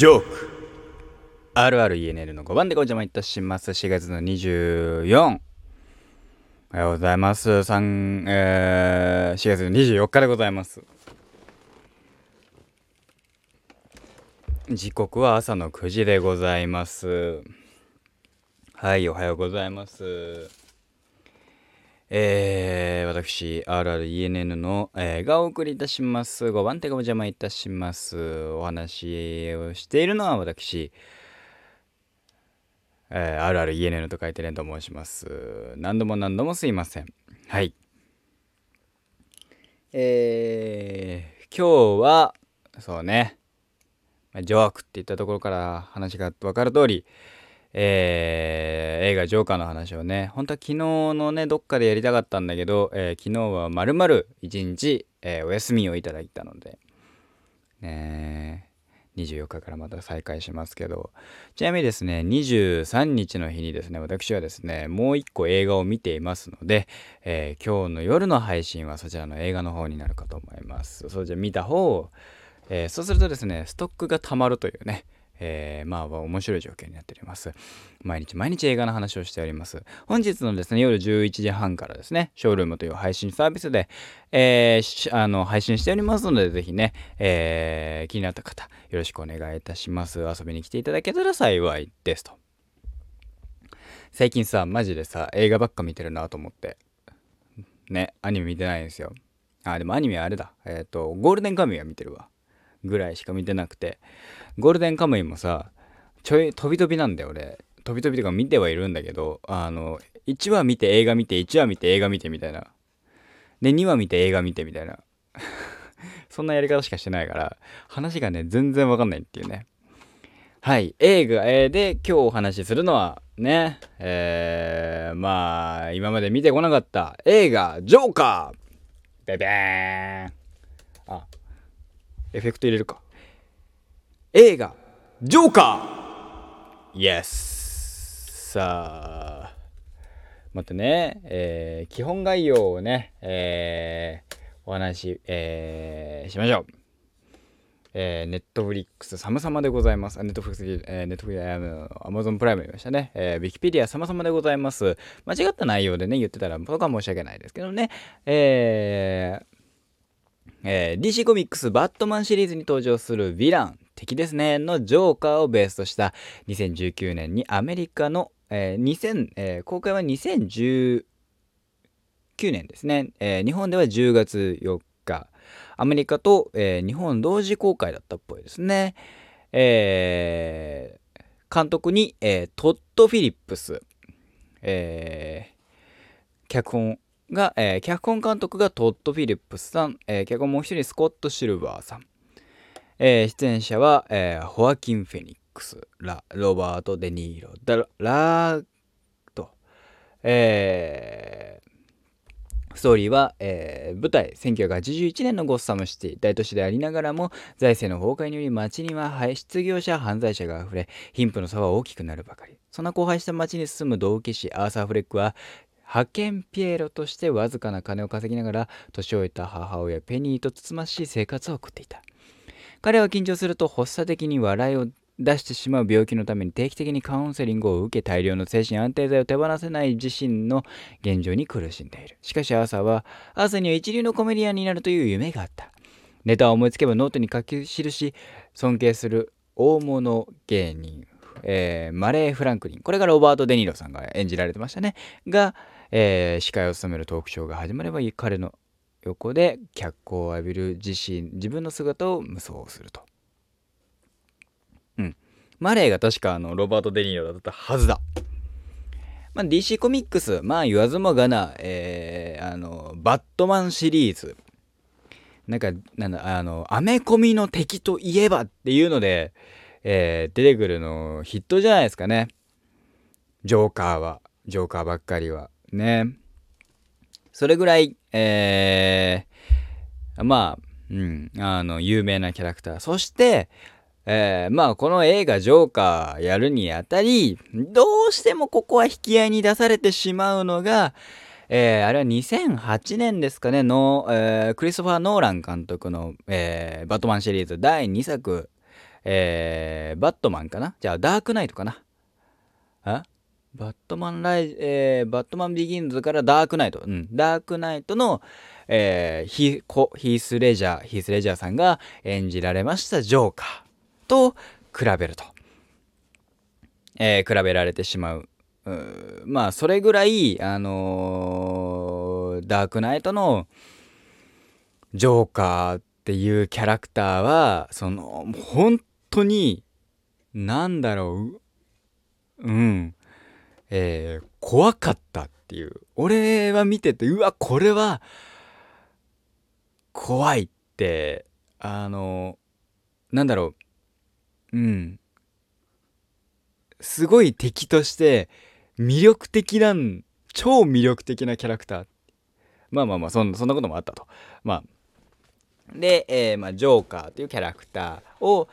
ジョーク RRENL の5番でご邪魔いたします。4月の24、おはようございます。4月の24日でございます。時刻は朝の9時でございます。はい、おはようございます。私 RRENN の、がお送りいたします5番手がお邪魔いたします。お話をしているのは私、RRENN と書いてねと申します。何度もすいません。はい。今日はそうね、ジョークって言ったところから話が分かる通り、映画ジョーカーの話をね、本当は昨日のねどっかでやりたかったんだけど、昨日はまるまる一日、お休みをいただいたのでね、24日からまた再開しますけど、ちなみにですね23日の日にですね、私はですねもう一個映画を見ていますので、今日の夜の配信はそちらの映画の方になるかと思います。それじゃ見た方を、そうするとですねストックがたまるというね、面白い状況になっております。毎日映画の話をしております。本日のですね夜11時半からですねショールームという配信サービスで、配信しておりますので、ぜひね、気になった方よろしくお願いいたします。遊びに来ていただけたら幸いですと。最近さマジでさ映画ばっか見てるなと思ってね、アニメ見てないんですよ。でもアニメはあれだ、ゴールデンカムイは見てるわぐらいしか見てなくて、ゴールデンカムイもさちょい飛び飛びなんだよ俺。飛び飛びとか見てはいるんだけど、1話見て映画見て1話見て映画見てみたいなで、2話見て映画見てみたいなそんなやり方しかしてないから話がね全然わかんないっていうね。はい、映画、で今日お話しするのはね、今まで見てこなかった映画ジョーカー。ベベーン。エフェクト入れるか。映画ジョーカー。イエス。さあ待ってね、基本概要をね、お話し、しましょう。ネットフリックス様々でございます。ネットフリックス、アマゾンプライムありましたね。ウィキペディア様々でございます。間違った内容でね、言ってたら僕は申し訳ないですけどね。DC コミックスバットマンシリーズに登場するヴィラン、敵ですね、のジョーカーをベースとした2019年にアメリカの、公開は2019年ですね。日本では10月4日。アメリカと、日本同時公開だったっぽいですね。監督に、トッド・フィリップス、脚本監督がトッド・フィリップスさん、脚本もう一人スコット・シルバーさん、出演者は、ホアキン・フェニックス、ロバート・デ・ニーロ、ストーリーは、舞台1981年のゴッサムシティ、大都市でありながらも財政の崩壊により街には失業者犯罪者があふれ、貧富の差は大きくなるばかり。そんな荒廃した街に住む道化師アーサー・フレックは派遣ピエロとしてわずかな金を稼ぎながら年老いた母親ペニーとつつましい生活を送っていた。彼は緊張すると発作的に笑いを出してしまう病気のために定期的にカウンセリングを受け、大量の精神安定剤を手放せない自身の現状に苦しんでいる。しかしアーサーには一流のコメディアンになるという夢があった。ネタを思いつけばノートに書き記し、尊敬する大物芸人、マレー・フランクリン、これがロバート・デ・ニーロさんが演じられてましたねが、司会を務めるトークショーが始まれば彼の横で脚光を浴びる自分の姿を無双すると。マレーが確かロバート・デ・ニーロだったはずだ。DC コミックス、言わずもがな、バットマンシリーズ、アメコミの敵といえばっていうので、出てくるのヒットじゃないですかね。ジョーカーばっかりはね。それぐらい、有名なキャラクター。そして、この映画ジョーカーやるにあたり、どうしてもここは引き合いに出されてしまうのが、あれは2008年ですかねの、クリストファー・ノーラン監督の、バットマンシリーズ第2作、 バットマンかな、じゃあダークナイトかな、バットマンバットマンビギンズからダークナイト、ダークナイトの、ヒース・レジャーさんが演じられましたジョーカーと比べると、比べられてしまう。まあそれぐらいダークナイトのジョーカーっていうキャラクターは本当になんだろう、怖かったっていう。俺は見てて、うわこれは怖いって、なんだろすごい敵として魅力的超魅力的なキャラクター。まあそんなこともあったと。まあで、ジョーカーというキャラクターを、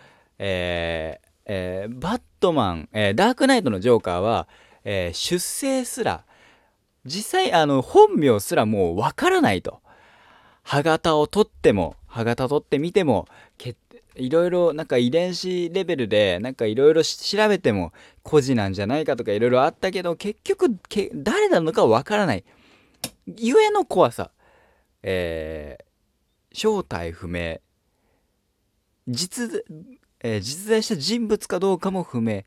バットマン、ダークナイトのジョーカーは、出生すら実際本名すらもうわからないと。歯型取ってみてもいろいろなんか遺伝子レベルでなんかいろいろ調べても孤児なんじゃないかとかいろいろあったけど、結局誰なのかわからないゆえの怖さ、正体不明、実在した人物かどうかも不明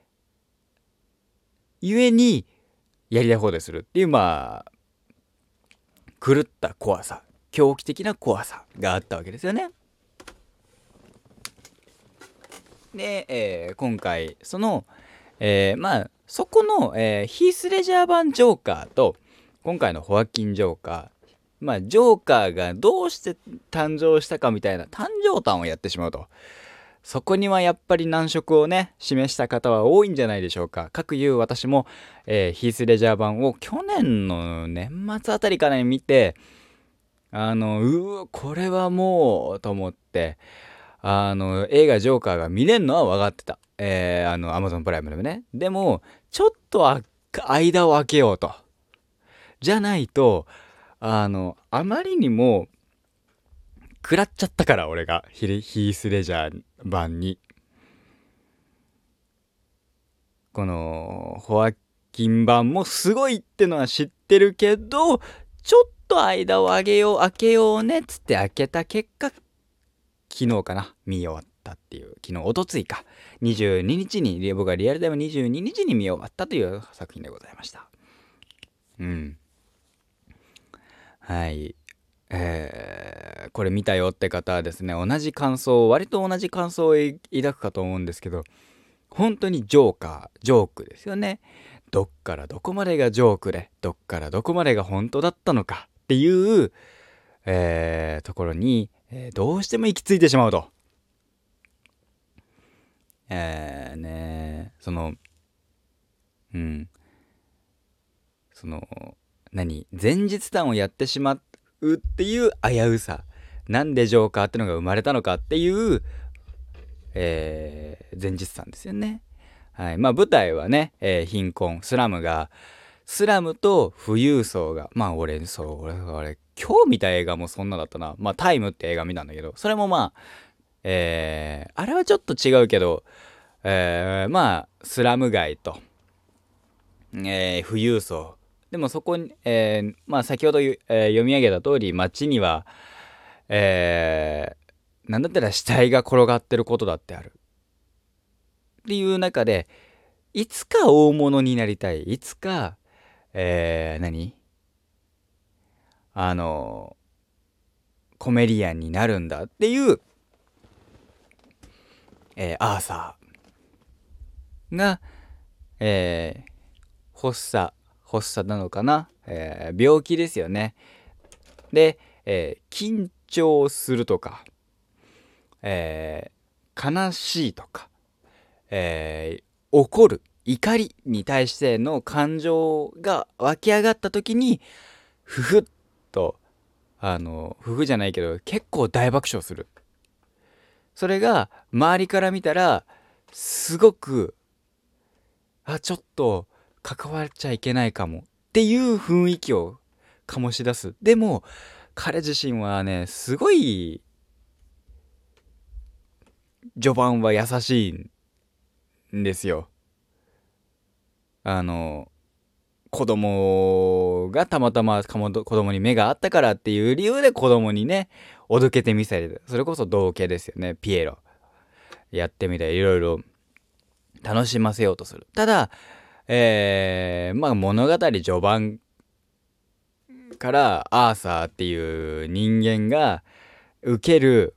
ゆえにやりたい放題するっていう、まあ狂った怖さ、狂気的な怖さがあったわけですよね。で、今回まあそこの、ヒース・レジャー版ジョーカーと今回のホアキン・ジョーカー、まあジョーカーがどうして誕生したかみたいな誕生誕をやってしまうと、そこにはやっぱり難色をね示した方は多いんじゃないでしょうか。かくいう私も、ヒース・レジャー版を去年の年末あたりからに見て、これはもうと思って、映画ジョーカーが見れんのは分かってた。アマゾンプライムでもね。でも、ちょっと間を空けようと。じゃないと、あまりにも、食らっちゃったから、俺が。ヒースレジャー版に。この、ホアキン版もすごいってのは知ってるけど、ちょっと間を開けようねっつって開けた結果、昨日かな見終わったっていう、昨日おとついか22日に僕がリアルタイム22日に見終わったという作品でございました。はい。これ見たよって方はですね、割と同じ感想を抱くかと思うんですけど、本当にジョークですよね。どっからどこまでがジョークで、どっからどこまでが本当だったのかっていう、ところに、どうしても行き着いてしまうと。前日談をやってしまうっていう危うさ。なんでジョーカーってのが生まれたのかっていう、前日談ですよね。はい。まあ舞台はね、貧困、スラムと富裕層が、まあ俺、今日見た映画もそんなだったな。まあタイムって映画見たんだけど、それもまあ、あれはちょっと違うけど、まあ、スラム街と、富裕層。でもそこに、まあ先ほど、読み上げた通り、街には、なんだったら死体が転がってることだってある。っていう中で、いつか大物になりたい。いつか、コメディアンになるんだっていう、アーサーが、発作なのかな、病気ですよね。で、緊張するとか、悲しいとか、怒る、怒りに対しての感情が湧き上がった時に、ふふっと、ふふじゃないけど、結構大爆笑する。それが、周りから見たら、すごく、ちょっと、関わっちゃいけないかもっていう雰囲気を醸し出す。でも彼自身はねすごい序盤は優しいんですよ。子供がたまたま子供に目があったからっていう理由で子供にね、おどけてみせる。それこそ道化ですよね。ピエロ。やってみたり、いろいろ楽しませようとする。ただ、まあ物語序盤からアーサーっていう人間が受ける、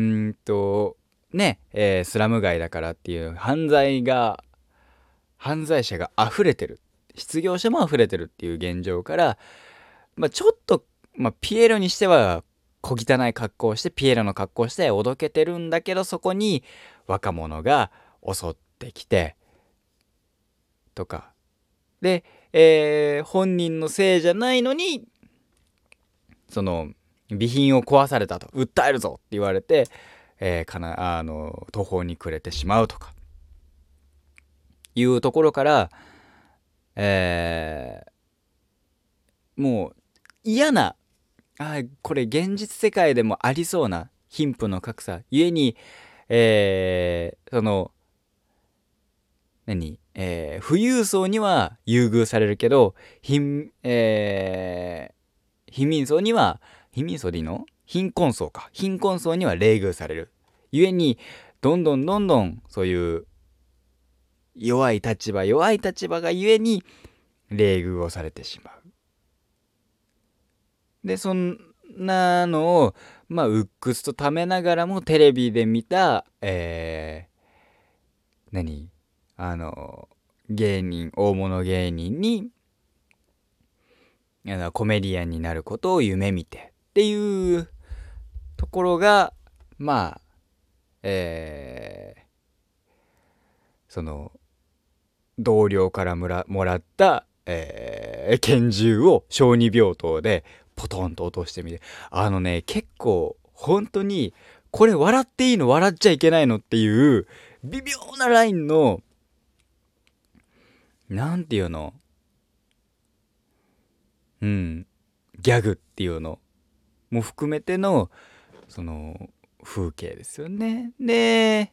スラム街だからっていう犯罪者が溢れてる。失業者も溢れてるっていう現状から、ちょっと、ピエロにしては小汚い格好をして、ピエロの格好をしておどけてるんだけど、そこに若者が襲ってきて、とか。で、本人のせいじゃないのに、その、備品を壊されたと、訴えるぞって言われて、途方に暮れてしまうとか、いうところから、もう嫌な、これ現実世界でもありそうな貧富の格差ゆえに、その富裕層には優遇されるけど貧民層には貧民層でいいの貧困層か貧困層には冷遇されるゆえにどんどんそういう弱い立場がゆえに冷遇をされてしまう。でそんなのをうっくすとためながらもテレビで見た何大物芸人にコメディアンになることを夢見てっていうところがその同僚からもらった、拳銃を小児病棟でポトンと落としてみて結構本当にこれ笑っていいの笑っちゃいけないのっていう微妙なラインのなんていうのギャグっていうのも含めてのその風景ですよね。で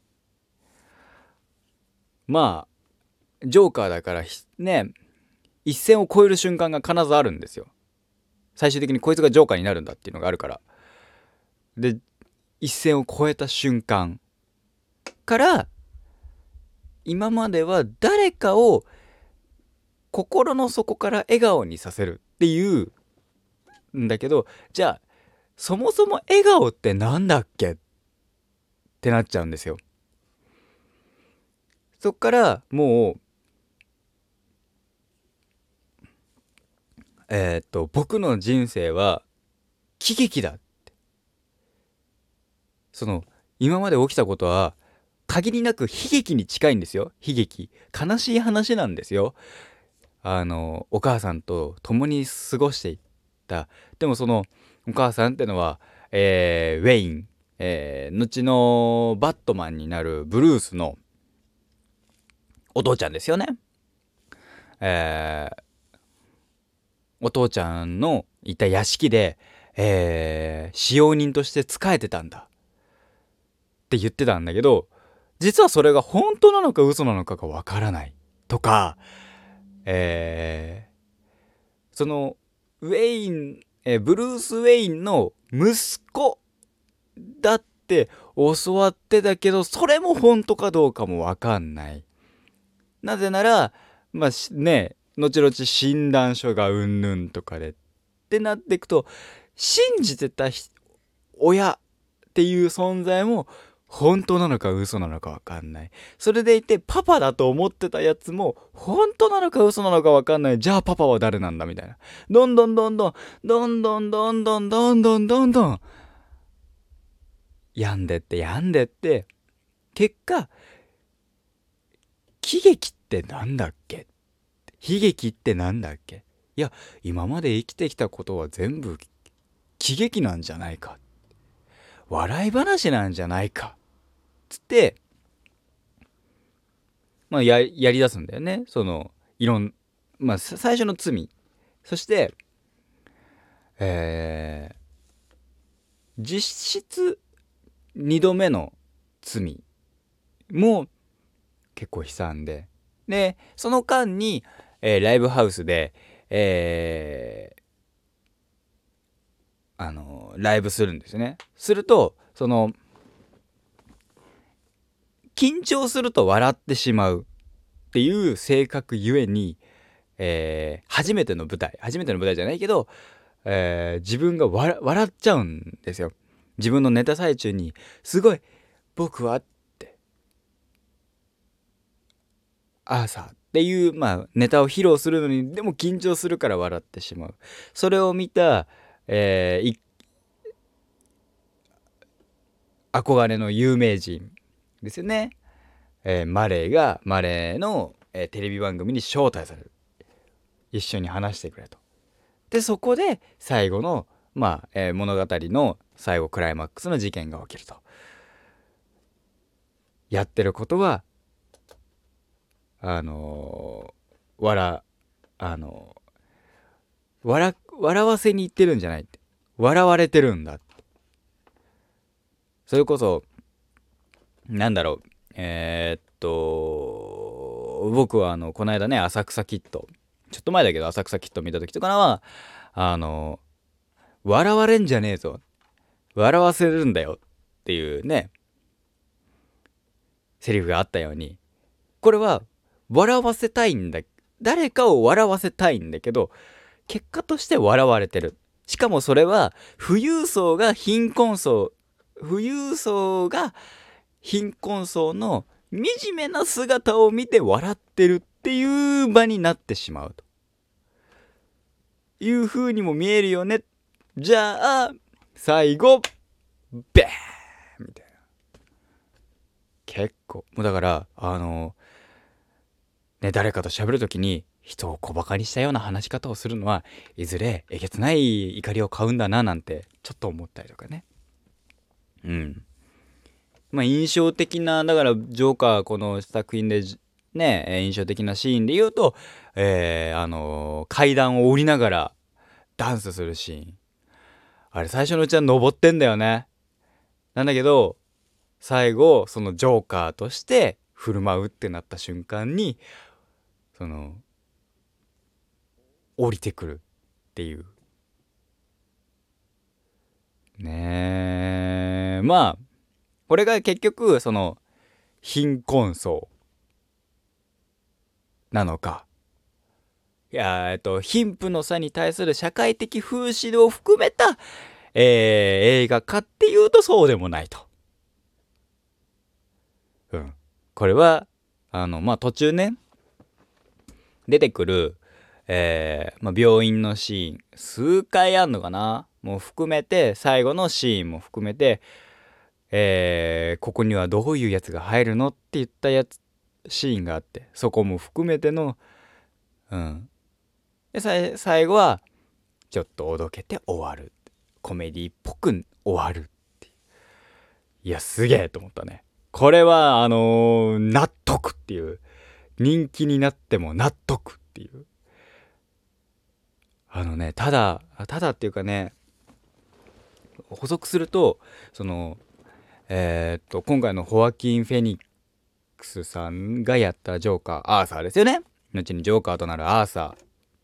ジョーカーだからね一線を越える瞬間が必ずあるんですよ。最終的にこいつがジョーカーになるんだっていうのがあるから。で一線を越えた瞬間から今までは誰かを心の底から笑顔にさせるっていうんだけど、じゃあそもそも笑顔ってなんだっけってなっちゃうんですよ。そっからもう僕の人生は喜劇だ。今まで起きたことは限りなく悲劇に近いんですよ。悲劇。悲しい話なんですよ。お母さんと共に過ごしていった。でもそのお母さんってのは、ウェイン、後のバットマンになるブルースのお父ちゃんですよね。お父ちゃんのいた屋敷で、使用人として仕えてたんだって言ってたんだけど、実はそれが本当なのか嘘なのかがわからないとか、そのウェイン、ブルース・ウェインの息子だって教わってたけど、それも本当かどうかもわかんない。なぜなら、後々診断書がうんぬんとかでってなっていくと、信じてた親っていう存在も本当なのか嘘なのか分かんない。それでいてパパだと思ってたやつも本当なのか嘘なのか分かんない。じゃあパパは誰なんだみたいな。どんどん病んでって結果喜劇ってなんだっけ、悲劇ってなんだっけ、いや今まで生きてきたことは全部喜劇なんじゃないか、笑い話なんじゃないかつってやり出すんだよね。いろん最初の罪、そして実質2度目の罪も結構悲惨で、その間に、ライブハウスで、ライブするんですよね。すると緊張すると笑ってしまうっていう性格ゆえに、初めての舞台じゃないけど、自分が笑っちゃうんですよ。自分のネタ最中にすごい僕はってアーサーっていう、ネタを披露するのにでも緊張するから笑ってしまう。それを見た、憧れの有名人ですよね。マレーの、テレビ番組に招待される。一緒に話してくれと。でそこで最後の物語の最後クライマックスの事件が起きると。やってることはあのー、笑あのー、笑わせに行ってるんじゃないって、笑われてるんだって。それこそなんだろう、僕はこの間ね、浅草キッド、ちょっと前だけど浅草キッド見た時とかは笑われんじゃねえぞ、笑わせるんだよっていうねセリフがあったように、これは笑わせたいんだ、誰かを笑わせたいんだけど結果として笑われてる。しかもそれは富裕層が貧困層、富裕層が貧困層の惨めな姿を見て笑ってるっていう場になってしまうという風にも見えるよね。じゃあ最後ベーンみたいな。結構もうだから誰かと喋るときに人を小バカにしたような話し方をするのはいずれえげつない怒りを買うんだななんてちょっと思ったりとかね。印象的な、だからジョーカーこの作品でね、印象的なシーンで言うと、階段を降りながらダンスするシーン。あれ最初のうちは登ってんだよね。なんだけど最後そのジョーカーとして振る舞うってなった瞬間に降りてくるっていうね。これが結局貧困層なのか、いや貧富の差に対する社会的風刺を含めた、映画かっていうとそうでもないと。これは途中ね出てくる、病院のシーン数回あんのかな、もう含めて最後のシーンも含めて、ここにはどういうやつが入るのって言ったシーンがあって、そこも含めてので最後はちょっとおどけて終わる、コメディっぽく終わるっていう。いやすげえと思ったね。これは納得っていう、人気になっても納得っていう、ただっていうかね、補足すると今回のホアキン・フェニックスさんがやったジョーカーアーサーですよね。後にジョーカーとなるアーサ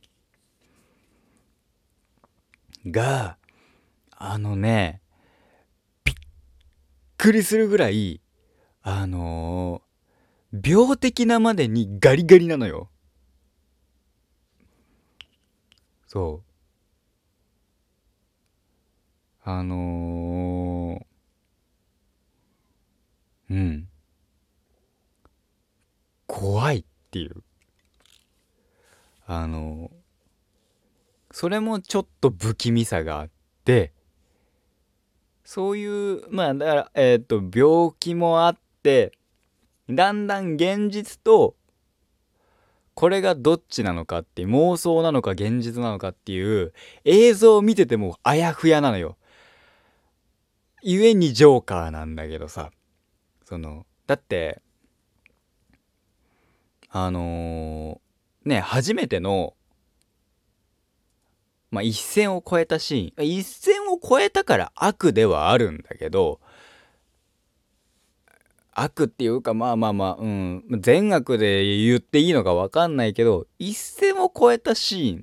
ーがびっくりするぐらい病的なまでにガリガリなのよ。そう怖いっていう、それもちょっと不気味さがあって、そういうだから病気もあって、だんだん現実とこれがどっちなのかっていう、妄想なのか現実なのかっていう映像を見ててもあやふやなのよ。ゆえにジョーカーなんだけどさ、だって初めての一線を越えたシーン、一線を越えたから悪ではあるんだけど、 悪っていうか、善悪で言っていいのか分かんないけど、一線を越えたシーン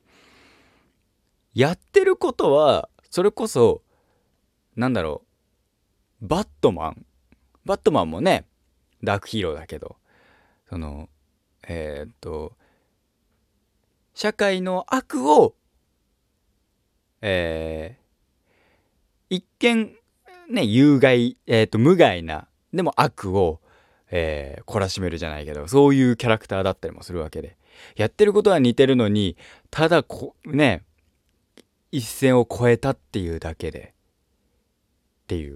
やってることは、それこそなんだろバットマンバットマンもね、ダークヒーローだけど、そのえーっと社会の悪を、え一見ね、有害、無害なでも悪を、懲らしめるじゃないけど、そういうキャラクターだったりもするわけで、やってることは似てるのに、ただね、一線を越えたっていうだけでっていう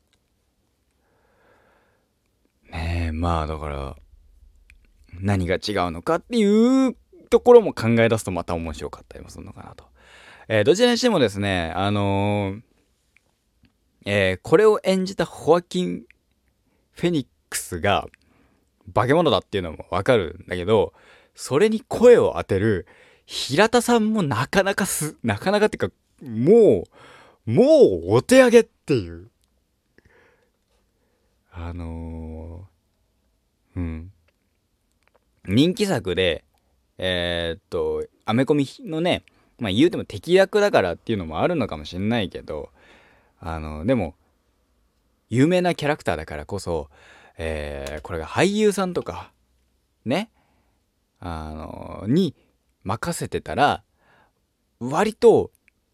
ね。まあだから何が違うのかっていうところも考え出すとまた面白かったりもするのかなと。どちらにしてもですね、これを演じたホアキン・フェニックスが化け物だっていうのもわかるんだけど、それに声を当てる平田さんもなかなかっていうか、もうお手上げっていう。うん。人気作で、アメコミのね、まあ言うても敵役だからっていうのもあるのかもしんないけど、でも、有名なキャラクターだからこそ、これが俳優さんとか、ね、に任せてたら、割と、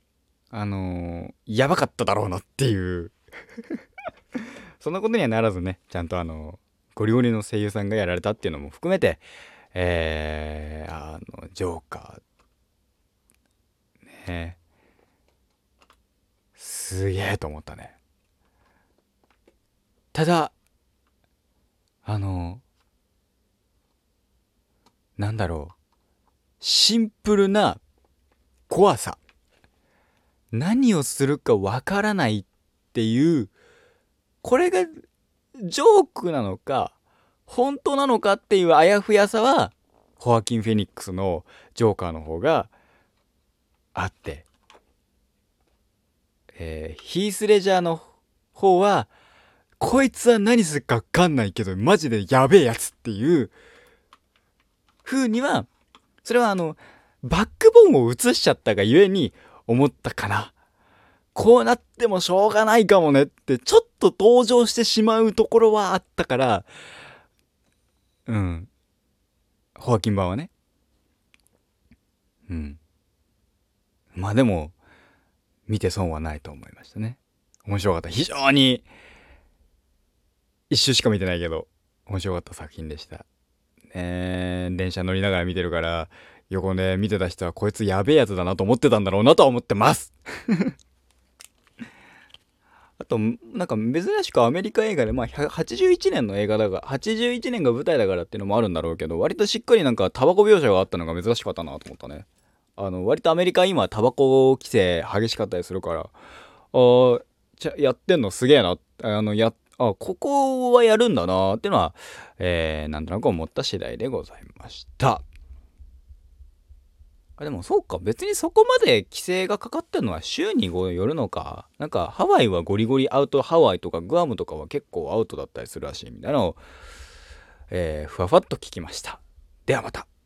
やばかっただろうなっていうそんなことにはならずね、ちゃんとゴリゴリの声優さんがやられたっていうのも含めて、ジョーカー、ね、すげえと思ったね。ただ、あの、なんだろう、シンプルな怖さ。何をするかわからないっていう、これがジョークなのか、本当なのかっていうあやふやさは、ホアキン・フェニックスのジョーカーの方があって、ヒース・レジャーの方は、こいつは何するかわかんないけど、マジでやべえやつっていう風には、それはバックボーンを映しちゃったがゆえに思ったかな。こうなってもしょうがないかもねって、ちょっと登場してしまうところはあったから、うん。ホアキン版はね。うん。まあでも、見て損はないと思いましたね。面白かった。非常に、一周しか見てないけど、面白かった作品でした。電車乗りながら見てるから、横で見てた人はこいつやべえやつだなと思ってたんだろうなとは思ってます。あと、なんか珍しくアメリカ映画で、まあ、81年の映画だが、81年が舞台だからっていうのもあるんだろうけど、割としっかりなんかタバコ描写があったのが珍しかったなと思ったね。割とアメリカ今タバコ規制激しかったりするから、やってんのすげえな。ここはやるんだなっていうのは、なんとなく思った次第でございました。でもそうか、別にそこまで規制がかかってるのは週に5よるのか。なんかハワイはゴリゴリアウト、ハワイとかグアムとかは結構アウトだったりするらしいみたいなのを、ふわふわっと聞きました。ではまた。